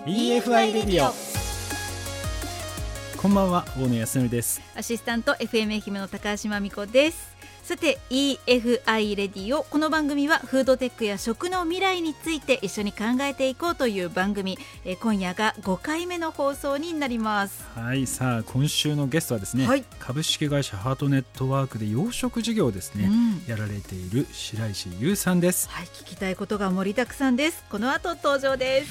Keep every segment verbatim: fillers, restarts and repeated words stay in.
イーエフアイ レディオ。こんばんは、大野康則です。 アシスタント エフエム 愛媛の高橋真美子です。さて イーエフアイ レディオ、この番組はフードテックや食の未来について一緒に考えていこうという番組。え今夜がごかいめの放送になります。 はい、さあ今週のゲストはですね、はい、株式会社ハートネットワークで養殖事業をですね、うん、やられている白石優さんです。 はい、聞きたいことが盛りだくさんです。この後登場です。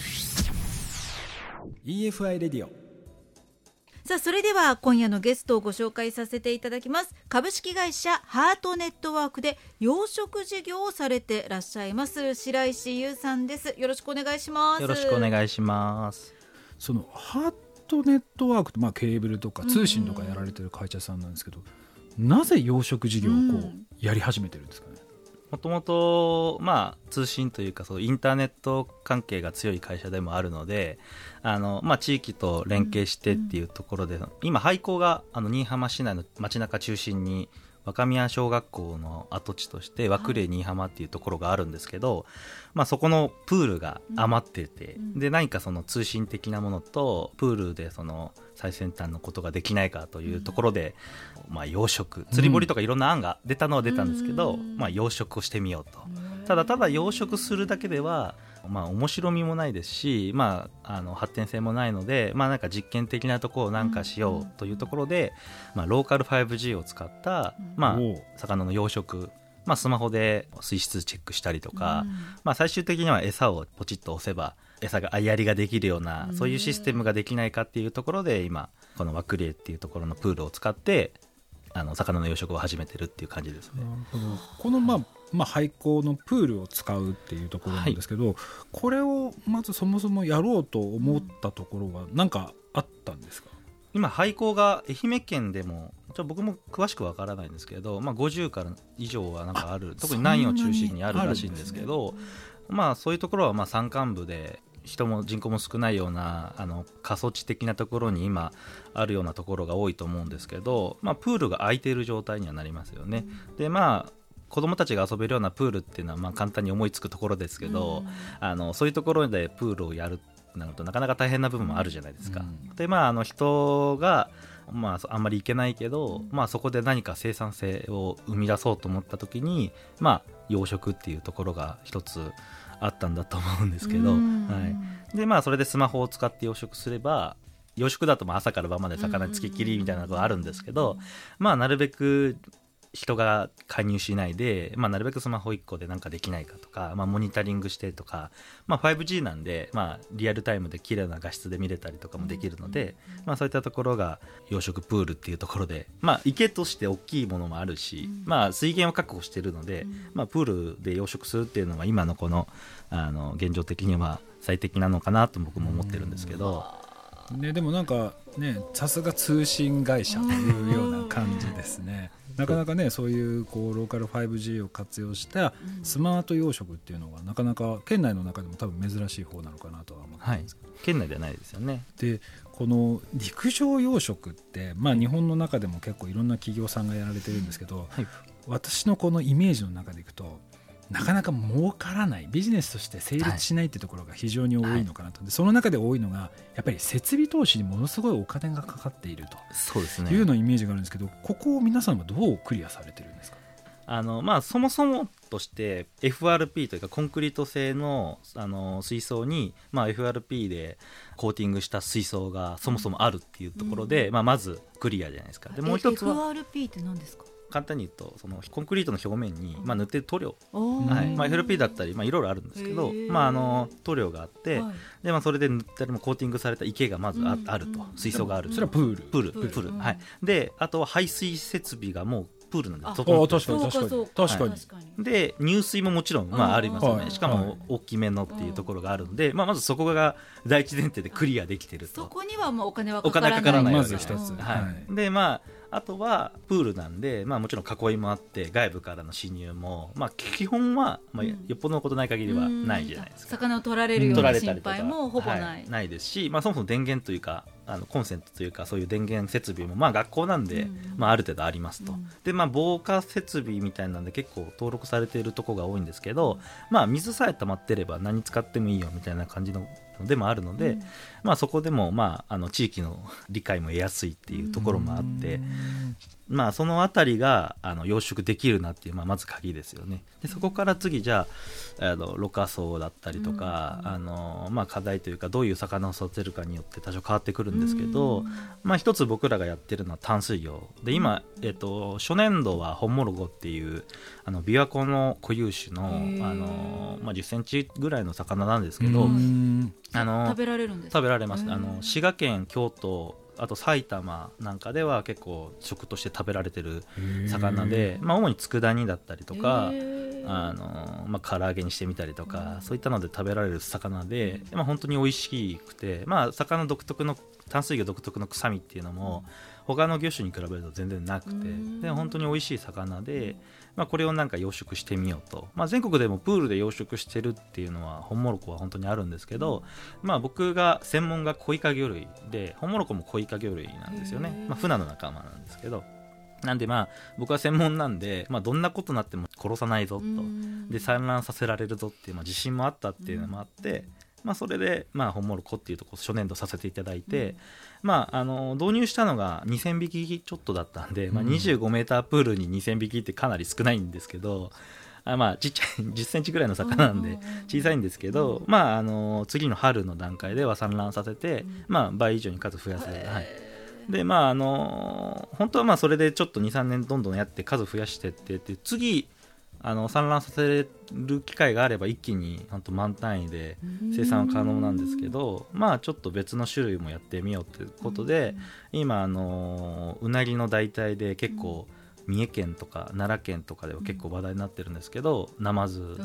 イーエフアイ レディオ。 さあ、それでは今夜のゲストをご紹介させていただきます。株式会社ハートネットワークで養殖事業をされていらっしゃいます白石優さんです。よろしくお願いします。 よろしくお願いします。 そのハートネットワークって、まあ、ケーブルとか通信とかやられてる会社さんなんですけど、うん、なぜ養殖事業をこうやり始めてるんですかね。 もともと、まあ、通信というかそうインターネット関係が強い会社でもあるので、あの、まあ、地域と連携してっていうところで、うん、今廃校があの新居浜市内の街中中心に若宮小学校の跡地として和久礼新居浜っていうところがあるんですけど、はい、まあ、そこのプールが余ってて、うん、で何かその通信的なものとプールでその最先端のことができないかというところで、うん、まあ、養殖釣り堀とかいろんな案が出たのは出たんですけど、うん、まあ、養殖をしてみようと。ただただ養殖するだけではまあ、面白みもないですし、まあ、あの発展性もないので、まあ、なんか実験的なところをなんかしようというところで、まあ、ローカル ファイブジー を使った、まあ、魚の養殖、まあ、スマホで水質チェックしたりとか、まあ、最終的には餌をポチッと押せば餌が相やりができるようなそういうシステムができないかっていうところで今この和久礼っていうところのプールを使ってあの魚の養殖を始めてるっていう感じですね。 なるほど。このまあまあ、廃校のプールを使うっていうところなんですけど、はい、これをまずそもそもやろうと思ったところは何かあったんですか。 今廃校が愛媛県でもちょ僕も詳しくわからないんですけど、まあ、ごじゅうから以上はなんかある、特に南予中心にあるらしいんですけど、まあ、そういうところはまあ山間部で人も人口も少ないようなあの過疎地的なところに今あるようなところが多いと思うんですけど、まあ、プールが空いている状態にはなりますよね。でまあ子どもたちが遊べるようなプールっていうのはまあ簡単に思いつくところですけど、うん、あのそういうところでプールをやるなるとなかなか大変な部分もあるじゃないですか、うん、でまああの人が、まあ、あんまり行けないけど、うん、まあ、そこで何か生産性を生み出そうと思った時に、まあ、養殖っていうところが一つあったんだと思うんですけど、うん、はい、でまあそれでスマホを使って養殖すれば養殖だとまあ朝から晩まで魚つきっきりみたいなのがあるんですけど、まあなるべく人が加入しないで、まあ、なるべくスマホいっこで何かできないかとか、まあ、モニタリングしてとか、まあ、ファイブジー なんで、まあ、リアルタイムで綺麗な画質で見れたりとかもできるので、まあ、そういったところが養殖プールっていうところで、まあ、池として大きいものもあるし、まあ、水源を確保しているので、まあ、プールで養殖するっていうのは今のこの、あの現状的には最適なのかなと僕も思ってるんですけど、 ね、でもなんかね、さすが通信会社というような感じですね。なかなかね、そういうこうローカル ファイブジー を活用したスマート養殖っていうのがなかなか県内の中でも多分珍しい方なのかなとは思ってますけど、 はい、県内ではないですよね。 でこの陸上養殖って、まあ、日本の中でも結構いろんな企業さんがやられてるんですけど、はい、私のこのイメージの中でいくとなかなか儲からない、ビジネスとして成立しないっていうところが非常に多いのかなと、はい、でその中で多いのがやっぱり設備投資にものすごいお金がかかっているとそうですね、 いうのイメージがあるんですけど、ここを皆さんはどうクリアされてるんですか。 あの、まあ、そもそもとして エフアールピー というかコンクリート製 の, あの水槽に、まあ、エフアールピー でコーティングした水槽がそもそもあるっていうところで、うんまあ、まずクリアじゃないですか。でもう一つはエフアールピー って何ですか。 簡単に言うとそのコンクリートの表面に、まあ、塗ってる塗料、はいまあ、エフアールピー だったり、まあ、いろいろあるんですけど、まあ、あの塗料があって、はいでまあ、それで塗ったりもコーティングされた池がまず あ,、うん、あると水槽がある。 それはプールプールプール、プール、うんはい、であとは排水設備がもうプールなんです。 あ確かに確かに確かに、はい、 で入水ももちろん、まあ、ありますよね。しかも大きめのっていうところがあるんで、まあ、まずそこが第一前提でクリアできてると。 そこにはもうお金はかからない。 お金かからないまず一つ、 はいはい、でまああとはプールなんで、まあ、もちろん囲いもあって外部からの侵入も、まあ、基本は、まあ、よっぽどのことない限りはないじゃないですか。 魚を取られるような心配もほぼない、 はい、ないですし、まあ、そもそも電源というかあのコンセントというかそういう電源設備も、まあ、学校なんで、うんまあ、ある程度ありますと、うんでまあ、防火設備みたいなんで結構登録されているところが多いんですけど、まあ、水さえ溜まってれば何使ってもいいよみたいな感じののでもあるので、うん、まあ、そこでも、まあ、あの地域の理解も得やすいっていうところもあって、まあ、そのあたりがあの養殖できるなっていう、まあ、まず鍵ですよね。でそこから次じゃあ、あのろ過層だったりとか、うん、あのまあ、課題というかどういう魚を育てるかによって多少変わってくるんですけど、うん、まあ、一つ僕らがやってるのは淡水魚で今、えっと、初年度はホンモロコっていうあの琵琶湖の固有種の、あの、まあ、じゅっセンチぐらいの魚なんですけど、 あの食べられるんですか？ 食べられます。あの滋賀県、京都、あと埼玉なんかでは結構食として食べられてる魚で、まあ、主に佃煮だったりとか、あの、まあ、唐揚げにしてみたりとか、そういったので食べられる魚で、まあ、本当に美味しくて、まあ、魚独特の淡水魚独特の臭みっていうのも他の魚種に比べると全然なくて、で本当に美味しい魚で、まあ、これをなんか養殖してみようと、まあ、全国でもプールで養殖してるっていうのはホンモロコは本当にあるんですけど、まあ、僕が専門がコイカ魚類で、ホンモロコもコイカ魚類なんですよね。まあ、フナの仲間なんですけど、なんでまあ僕は専門なんで、まあ、どんなことになっても殺さないぞと、で産卵させられるぞっていう、まあ、自信もあったっていうのもあって、まあ、それで、まあ、ホンモロコっていうところ初年度させていただいて、うん、まあ、あの導入したのがにせんびきちょっとだったんで、まあ、にじゅうごメータープールににせんびきってかなり少ないんですけど、あまあちっちゃいじゅっセンチぐらいの魚なんで小さいんですけど、うん、まあ、あの次の春の段階では産卵させて、うん、まあ、倍以上に数増やせ、はい、でまああの本当はまあそれでちょっと にさんねんどんどんやって数増やしてってって次あの産卵させる機会があれば一気に本当満単位で生産は可能なんですけど、まあちょっと別の種類もやってみようということで、今あのうなぎの代替で結構三重県とか奈良県とかでは結構話題になってるんですけど、ナマズ、はい、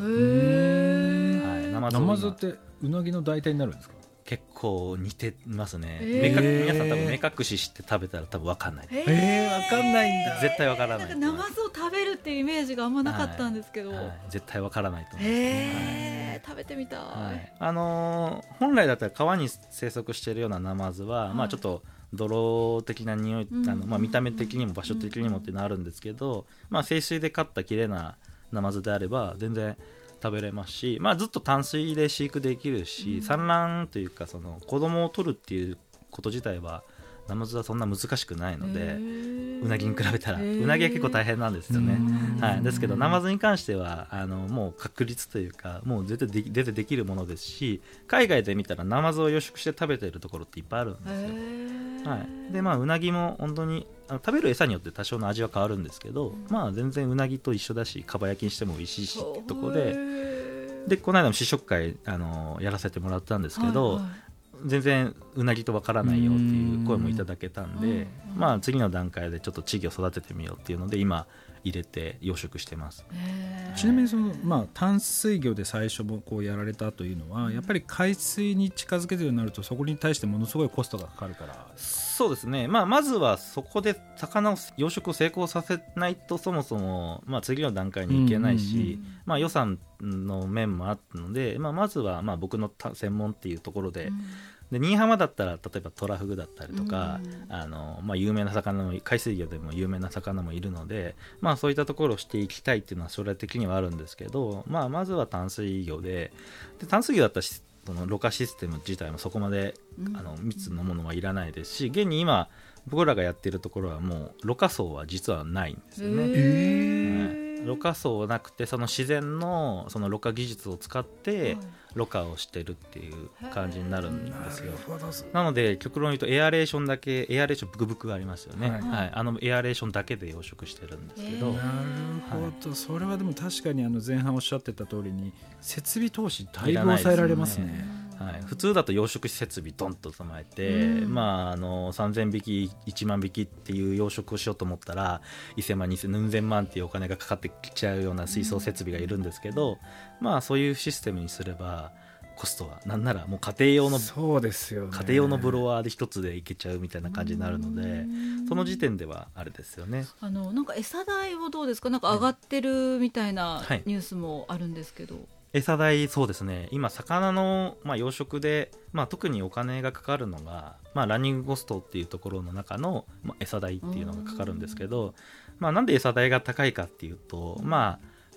ナマズってうなぎの代替になるんですか？ 結構似てますね。目か皆さん多分目隠しして食べたら多分分かんない。 えー、分かんないんだ。 絶対分からない。 ナマズを食べるっていうイメージがあんまなかったんですけど、はいはい、 絶対分からないと思います、 ね。はい、食べてみたい。 はい、あのー、本来だったら川に生息しているようなナマズは、はい、まあちょっと泥的な匂い、あのまあ、見た目的にも場所的にもっていうのはあるんですけど、まあ、清水で飼った綺麗なナマズであれば全然食べれますし、まあ、ずっと淡水で飼育できるし、うん、産卵というかその子供を取るっていうこと自体はナマズはそんな難しくないので、うなぎに比べたらうなぎは結構大変なんですよね、はい、ですけどナマズに関してはあのもう確率というかもう絶対で出てできるものですし、海外で見たらナマズを養殖して食べてるところっていっぱいあるんですよ、はい、でまあうなぎも本当にあの食べる餌によって多少の味は変わるんですけど、まあ全然うなぎと一緒だしかば焼きにしても美味しいしってとこで、でこの間も試食会あのやらせてもらったんですけど、はいはい、全然うなぎとわからないよっていう声もいただけたんで、まあ次の段階でちょっと稚魚育ててみようっていうので今入れて養殖してます。 ちなみにその、まあ、淡水魚で最初もこうやられたというのは、やっぱり海水に近づけるようになるとそこに対してものすごいコストがかかるから。 そうですね、まあ、まずはそこで魚を養殖を成功させないとそもそも、まあ、次の段階に行けないし、うんうんうん、まあ、予算の面もあったので、まあ、まずはまあ僕の専門っていうところで、うん、で新居浜だったら例えばトラフグだったりとか、うん、あのまあ、有名な魚も海水魚でも有名な魚もいるので、まあ、そういったところをしていきたいっていうのは将来的にはあるんですけど、まあ、まずは淡水魚 で, で淡水魚だったらそのろ過システム自体もそこまで、うん、あの密のものはいらないですし、現に今僕らがやってるところはもうろ過層は実はないんですよね。はい、ろ過層はなくてその自然 の, そのろ過技術を使ってろ過をしてるっていう感じになるんですよ。なので極論言うとエアレーションだけエアレーションブクブクがありますよね、はいはい、あのエアレーションだけで養殖してるんですけど、 なるほど、はい、それはでも確かにあの前半おっしゃってた通りに設備投資だいぶ抑えられますね。 はい、普通だと養殖設備ドンと備えて、まあ、あのさんぜんびきいちまんびきっていう養殖をしようと思ったらせんまんにせんまんっていうお金がかかってきちゃうような水槽設備がいるんですけど、まあ、そういうシステムにすればコストはなんならもう家庭用のそうですよね、 家庭用のブロワーで一つでいけちゃうみたいな感じになるので、その時点ではあれですよね。 あのなんか餌代はどうですか？なんか上がってるみたいなニュースもあるんですけど、はい、 餌代そうですね、今魚の、まあ、養殖で、まあ、特にお金がかかるのが、まあ、ランニングコストっていうところの中の、まあ、餌代っていうのがかかるんですけど、まあ、なんで餌代が高いかっていうと、まあ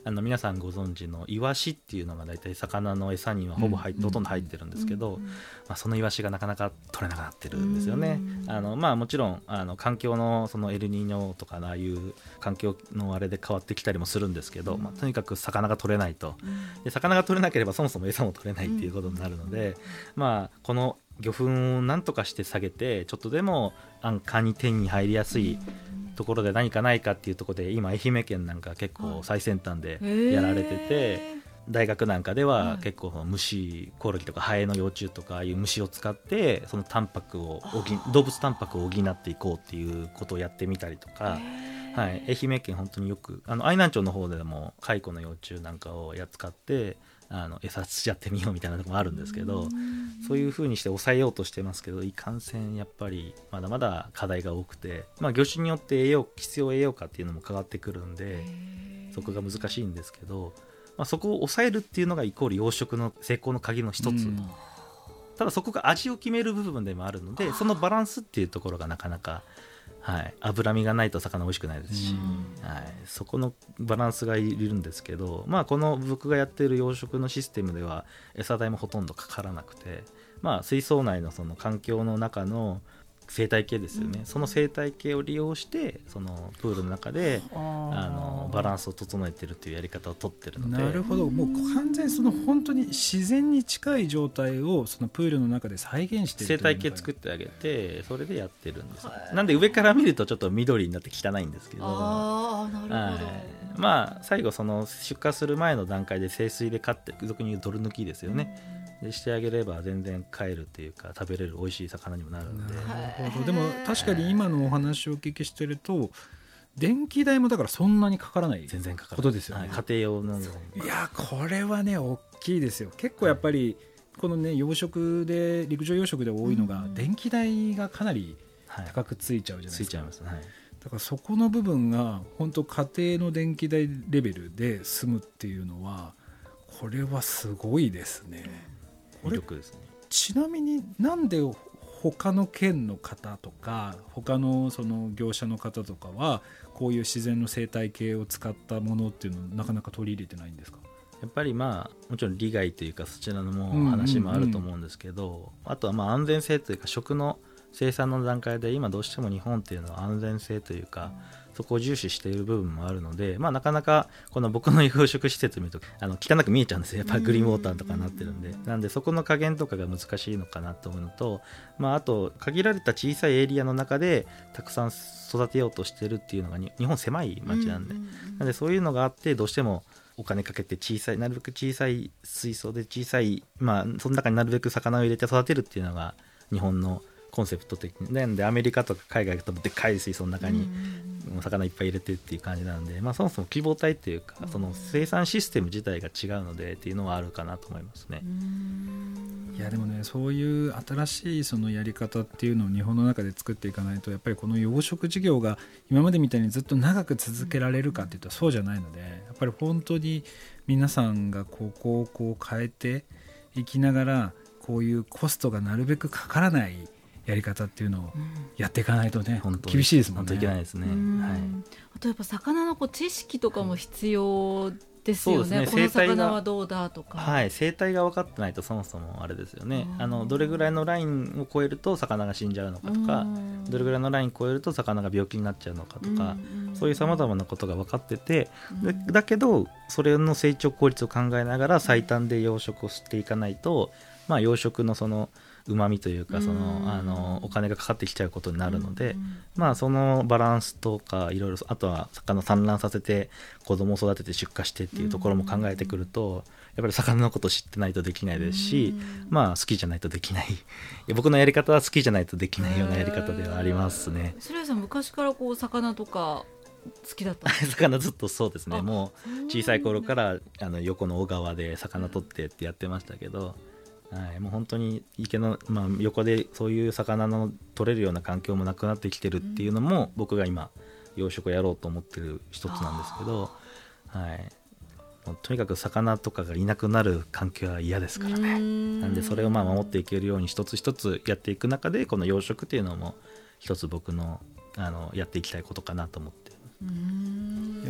あの皆さんご存知のイワシっていうのが大体魚の餌にはほぼ入っ、うん、ほとんど入ってるんですけど、うんまあ、そのイワシがなかなか取れなくなってるんですよね、うんあのまあ、もちろんあの環境 の, そのエルニーニョとかああいう環境のあれで変わってきたりもするんですけど、うんまあ、とにかく魚が取れないと、うん、で魚が取れなければそもそも餌も取れないっていうことになるので、うんまあ、この魚粉をなんとかして下げてちょっとでも安価に手に入りやすいところで何かないかっていうところで今愛媛県なんか結構最先端でやられてて、大学なんかでは結構虫コオロギとかハエの幼虫とかああいう虫を使ってそのタンパクを動物タンパクを補っていこうっていうことをやってみたりとか、はい、愛媛県本当によくあの愛南町の方でも蚕の幼虫なんかをやっ使ってあの餌しちゃってみようみたいなところもあるんですけど、そういう風にして抑えようとしてますけどいかんせんやっぱりまだまだ課題が多くて、まあ、業種によって栄養必要栄養価っていうのも変わってくるんでそこが難しいんですけど、まあ、そこを抑えるっていうのがイコール養殖の成功の鍵の一つ、ただそこが味を決める部分でもあるのでそのバランスっていうところがなかなかはい、脂身がないと魚美味しくないですし、はい、そこのバランスがいるんですけど、まあ、この僕がやっている養殖のシステムでは餌代もほとんどかからなくて、まあ、水槽内のその環境の中の生態系ですよね、うん、その生態系を利用してそのプールの中であのバランスを整えているというやり方をとってるので。 なるほど、もう完全にその本当に自然に近い状態をそのプールの中で再現している生態系作ってあげてそれでやってるんです。なんで上から見るとちょっと緑になって汚いんですけど、 あー、なるほど、はい、 まあ最後その出荷する前の段階で清水で飼って俗に言う泥抜きですよね、でしてあげれば全然飼えるっていうか食べれる美味しい魚にもなるので。 なるほど。でも確かに今のお話をお聞きしてると電気代もだからそんなにかからない全然かからないことですよね、 はい、家庭用の。 いやこれはね大きいですよ。結構やっぱりこのね養殖で陸上養殖で多いのが電気代がかなり高くついちゃうじゃないですか、はい、ついちゃいます、はい、だからそこの部分が本当家庭の電気代レベルで済むっていうのはこれはすごいですね。 魅力ですね。 ちなみになんで他の県の方とか他のその業者の方とかはこういう自然の生態系を使ったものっていうのをなかなか取り入れてないんですか？ やっぱりまあもちろん利害というかそちらのも話もあると思うんですけど、うんうんうん、あとはまあ安全性というか食の生産の段階で今どうしても日本っていうのは安全性というか、うん、そこを重視している部分もあるので、まあ、なかなかこの僕の養殖施設見るとあの汚く見えちゃうんですよ。やっぱりグリーンウォーターとかになってるんで、なんでそこの加減とかが難しいのかなと思うのと、まあ、あと限られた小さいエリアの中でたくさん育てようとしてるっていうのが日本狭い町なんで、なんでそういうのがあってどうしてもお金かけて小さいなるべく小さい水槽で小さい、まあ、その中になるべく魚を入れて育てるっていうのが日本のコンセプト的になんでアメリカとか海外だとでっかい水槽の中にお魚いっぱい入れてっていう感じなので、まあ、そもそも規模体っていうかその生産システム自体が違うのでっていうのはあるかなと思いますね。 いやでもねそういう新しいそのやり方っていうのを日本の中で作っていかないとやっぱりこの養殖事業が今までみたいにずっと長く続けられるかっていうとそうじゃないのでやっぱり本当に皆さんがここをこう変えていきながらこういうコストがなるべくかからないやり方っていうのをやっていかないとね、うん、厳しいですもんね。 本当にいけないですね、はい、 あとやっぱ魚のこう知識とかも必要ですよ ね, ねこの魚はどうだとか、 はい、生態が分かってないとそもそもあれですよね。あのどれぐらいのラインを超えると魚が死んじゃうのかとかどれぐらいのラインを超えると魚が病気になっちゃうのかとかそういうさまざまなことが分かっててだけどそれの成長効率を考えながら最短で養殖をしていかないと、まあ、養殖のそのうまみというかそのあのお金がかかってきちゃうことになるので、まあ、そのバランスとかいろいろあとは魚産卵させて子供を育てて出荷してっていうところも考えてくるとやっぱり魚のこと知ってないとできないですし、まあ、好きじゃないとできない僕のやり方は好きじゃないとできないようなやり方ではありますね。 白井さん昔からこう魚とか好きだった魚ずっとそうですね。もう小さい頃からあの横の小川で魚取ってってやってましたけど、はい、もう本当に池の、まあ、横でそういう魚の取れるような環境もなくなってきてるっていうのも、うん、僕が今養殖をやろうと思ってる一つなんですけど、はい、もうとにかく魚とかがいなくなる環境は嫌ですからね。なんでそれをまあ守っていけるように一つ一つやっていく中でこの養殖っていうのも一つ僕の、あのやっていきたいことかなと思って。 い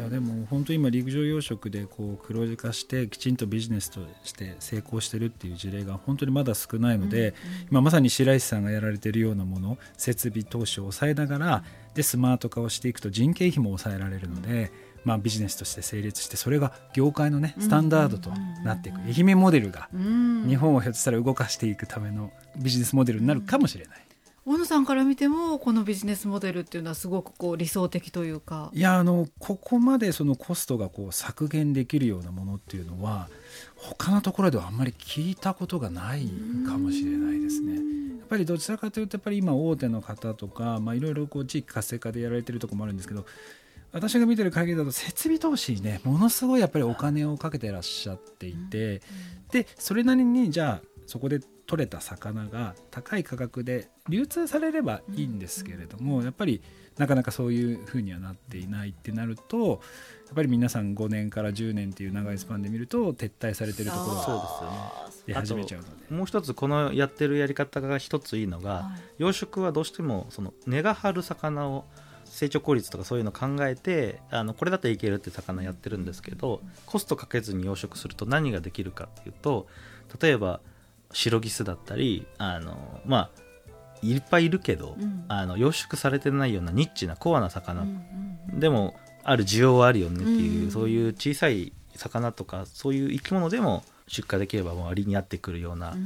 やでも本当に今陸上養殖でこう黒字化してきちんとビジネスとして成功してるっていう事例が本当にまだ少ないので、うんうん、今まさに白石さんがやられているようなもの、設備投資を抑えながらでスマート化をしていくと人件費も抑えられるので、まあ、ビジネスとして成立してそれが業界の、ね、スタンダードとなっていく、愛媛モデルが日本をひょっとしたら動かしていくためのビジネスモデルになるかもしれない。 大野さんから見てもこのビジネスモデルっていうのはすごくこう理想的というか。 いやあのここまでそのコストがこう削減できるようなものっていうのは他のところではあんまり聞いたことがないかもしれないですね。やっぱりどちらかというとやっぱり今大手の方とか、まあ、いろいろこう地域活性化でやられてるところもあるんですけど、私が見てる限りだと設備投資にねものすごいやっぱりお金をかけてらっしゃっていて、でそれなりにじゃあそこで取れた魚が高い価格で流通されればいいんですけれども、やっぱりなかなかそういうふうにはなっていないってなると、やっぱり皆さんごねんからじゅうねんっていう長いスパンで見ると撤退されてるところが出始めちゃうので、 もう一つこのやってるやり方が一ついいのが、はい、養殖はどうしてもその値が張る魚を成長効率とかそういうのを考えてあのこれだったらいけるって魚やってるんですけど、コストかけずに養殖すると何ができるかっていうと、例えばシロギスだったりあの、まあ、いっぱいいるけど、うん、あの養殖されてないようなニッチなコアな魚、うんうん、でもある需要はあるよねっていう、うん、そういう小さい魚とかそういう生き物でも出荷できれば割に合ってくるような、うん、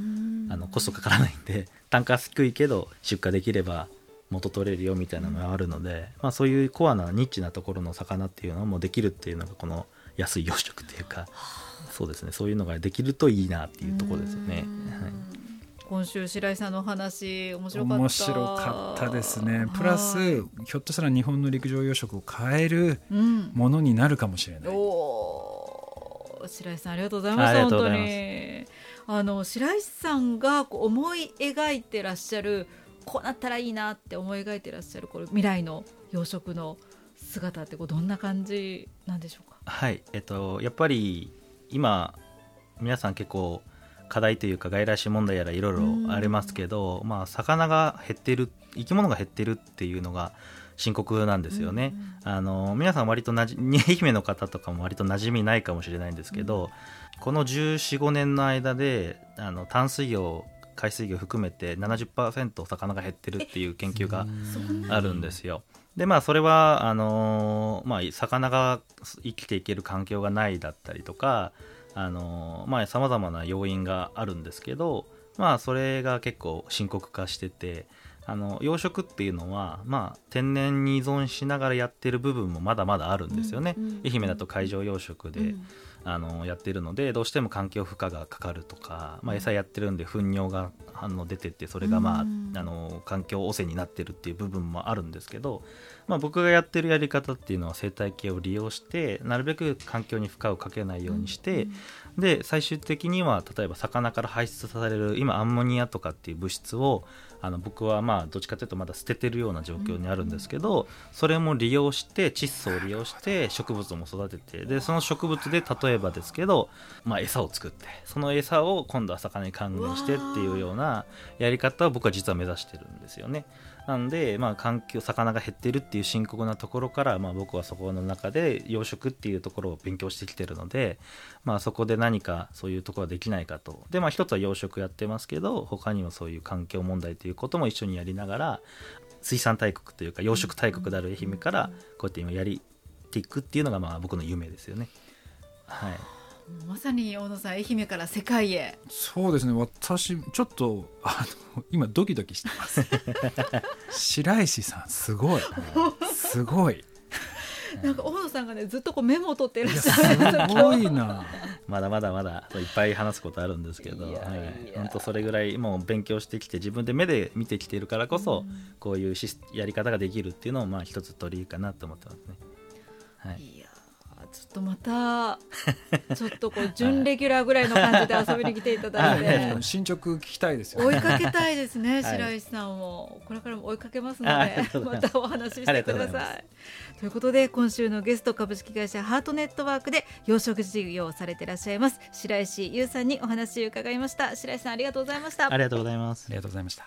あのコストかからないんで単価低いけど出荷できれば元取れるよみたいなのがあるので、うんまあ、そういうコアなニッチなところの魚っていうのもできるっていうのがこの安い養殖っていうか、そうですね、そういうのができるといいなっていうところですよね。はい、 今週白井さんのお話面白かった。 面白かったですね。プラスひょっとしたら日本の陸上養殖を変えるものになるかもしれない、うん、 お白井さんありがとうございます。本当にあの白井さんがこう思い描いてらっしゃるこうなったらいいなって思い描いてらっしゃるこれ未来の養殖の姿ってこうどんな感じなんでしょうか。 はい、えっと、やっぱり今皆さん結構課題というか外来種問題やらいろいろありますけど、まあ、魚が減ってる生き物が減ってるっていうのが深刻なんですよね。あの皆さん割となじ愛媛の方とかも割と馴染みないかもしれないんですけど、このじゅうよん、ごねんの間であの淡水魚海水魚含めて ななじゅっパーセント お魚が減ってるっていう研究があるんですよ。でまあそれはあのーまあ、魚が生きていける環境がないだったりとかあのーまあ様々な要因があるんですけど、まあそれが結構深刻化してて、あの養殖っていうのは、まあ、天然に依存しながらやってる部分もまだまだあるんですよね、うんうん、愛媛だと海上養殖で、うん、あのやってるのでどうしても環境負荷がかかるとか、まあ、餌やってるんで糞尿があの出てってそれが、まあ、うん、あの環境汚染になってるっていう部分もあるんですけど、まあ、僕がやってるやり方っていうのは生態系を利用してなるべく環境に負荷をかけないようにして、うんうん、で最終的には例えば魚から排出される今アンモニアとかっていう物質をあの僕はまあどっちかというとまだ捨ててるような状況にあるんですけど、それも利用して窒素を利用して植物も育てて、でその植物で例えばですけど、まあ、餌を作ってその餌を今度は魚に還元してっていうようなやり方を僕は実は目指してるんですよね。なんで、まあ、環境魚が減ってるっていう深刻なところから、まあ、僕はそこの中で養殖っていうところを勉強してきてるので、まあ、そこで何かそういうところができないかと。で、まあ、一つは養殖やってますけど他にもそういう環境問題ということも一緒にやりながら水産大国というか養殖大国である愛媛からこうやって今やりていくっていうのがまあ僕の夢ですよね。はい、 まさに大野さん愛媛から世界へ。 そうですね、私ちょっとあの今ドキドキしてます白石さんすごいすごいなんか大野さんがねずっとこうメモを取っていらっしゃる。 すごいなまだまだまだいっぱい話すことあるんですけど、本当それぐらいもう勉強してきて自分で目で見てきているからこそ、うん、こういうやり方ができるっていうのをまあ一つ取り入れかなと思ってますね。はい、 いやちょっとまたちょっとこう準レギュラーぐらいの感じで遊びに来ていただいて進捗聞きたいですよね。 追いかけたいですね白石さんをこれからも追いかけますのでまたお話ししてください。ということで今週のゲスト株式会社ハートネットワークで養殖事業をされていらっしゃいます白石優さんにお話を伺いました。白石さんありがとうございました。 ありがとうございます。 ありがとうございました。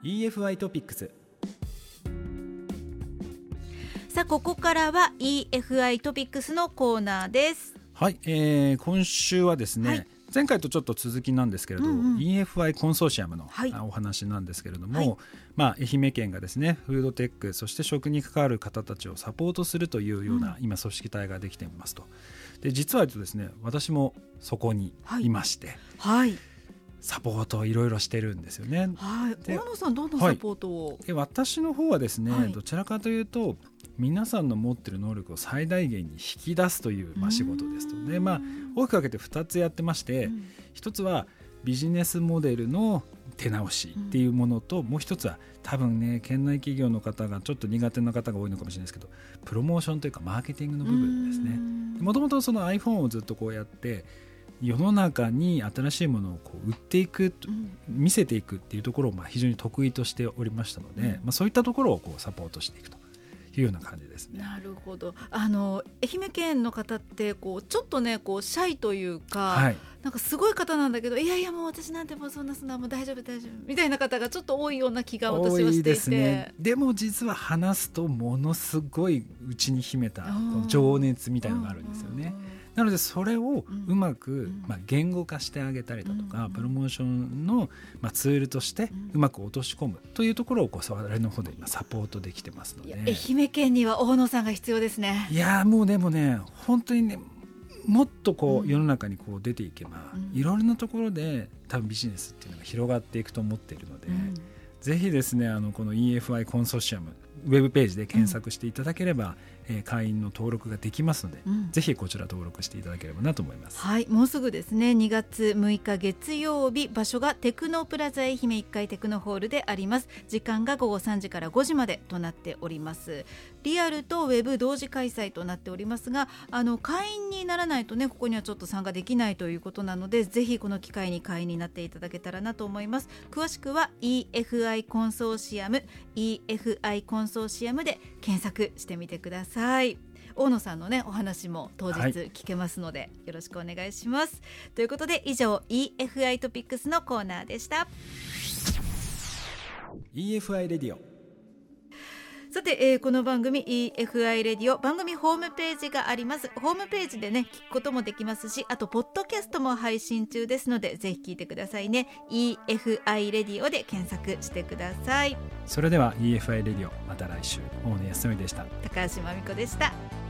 イーエフアイ トピックス。 さあここからは イーエフアイ トピックスのコーナーです。 はい、えー、今週はですね、はい、前回とちょっと続きなんですけれど、うんうん、イーエフアイ コンソーシアムの、はい、お話なんですけれども、はい、まあ、愛媛県がですねフードテックそして食に関わる方たちをサポートするというような、うん、今組織体ができていますと。で実はですね私もそこにいまして、はいはい、サポートをいろいろしてるんですよね。 はい、大野さんどんなサポートを、はい、 で私の方はですね、はい、どちらかというと皆さんの持っている能力を最大限に引き出すという、まあ、仕事ですと。で、まあ、大きく分けてふたつやってまして、うん、ひとつはビジネスモデルの手直しっていうものと、うん、もう一つは多分ね県内企業の方がちょっと苦手な方が多いのかもしれないですけどプロモーションというかマーケティングの部分ですね。もともとその iPhone をずっとこうやって世の中に新しいものをこう売っていく、うん、見せていくっていうところをまあ非常に得意としておりましたので、うんまあ、そういったところをこうサポートしていくというような感じですね。 なるほど。あの愛媛県の方ってこうちょっとねこうシャイというか、はい、なんかすごい方なんだけどいやいやもう私なんてもうそんなそんなもう大丈夫大丈夫みたいな方がちょっと多いような気が私はしていて。多いですね。 でも実は話すとものすごい内に秘めた情熱みたいなのがあるんですよね。なのでそれをうまく、まあ、言語化してあげたりだとか、プロモーションの、まあ、ツールとしてうまく落とし込むというところをこう我々の方で今サポートできてますので。 愛媛県には大野さんが必要ですね。 いやもうでもね本当にねもっとこう世の中にこう出ていけば、うん、いろんなところで多分ビジネスっていうのが広がっていくと思っているので、うん、ぜひですねあのこの イーエフアイ コンソーシアムウェブページで検索していただければ、うんえー、会員の登録ができますので、うん、ぜひこちら登録していただければなと思います。 はい、もうすぐですねにがつむいか月曜日、場所がテクノプラザ愛媛いっかいテクノホールであります。時間がごごさんじからごじまでとなっております。リアルとウェブ同時開催となっておりますが、あの会員にならないとねここにはちょっと参加できないということなので、ぜひこの機会に会員になっていただけたらなと思います。詳しくは イーエフアイ コンソーシアム イーエフアイ コンソーシアムで検索してみてください。大野さんのねお話も当日聞けますので、はい、よろしくお願いします。ということで以上 イーエフアイ トピックスのコーナーでした。 イーエフアイ レディオ。 さて、えー、この番組 イーエフアイ レディオ番組ホームページがあります。ホームページでね聞くこともできますし、あとポッドキャストも配信中ですのでぜひ聞いてくださいね。 イーエフアイ レディオで検索してください。 それでは イーエフアイ レディオまた来週。大野康則でした。 高橋真美子でした。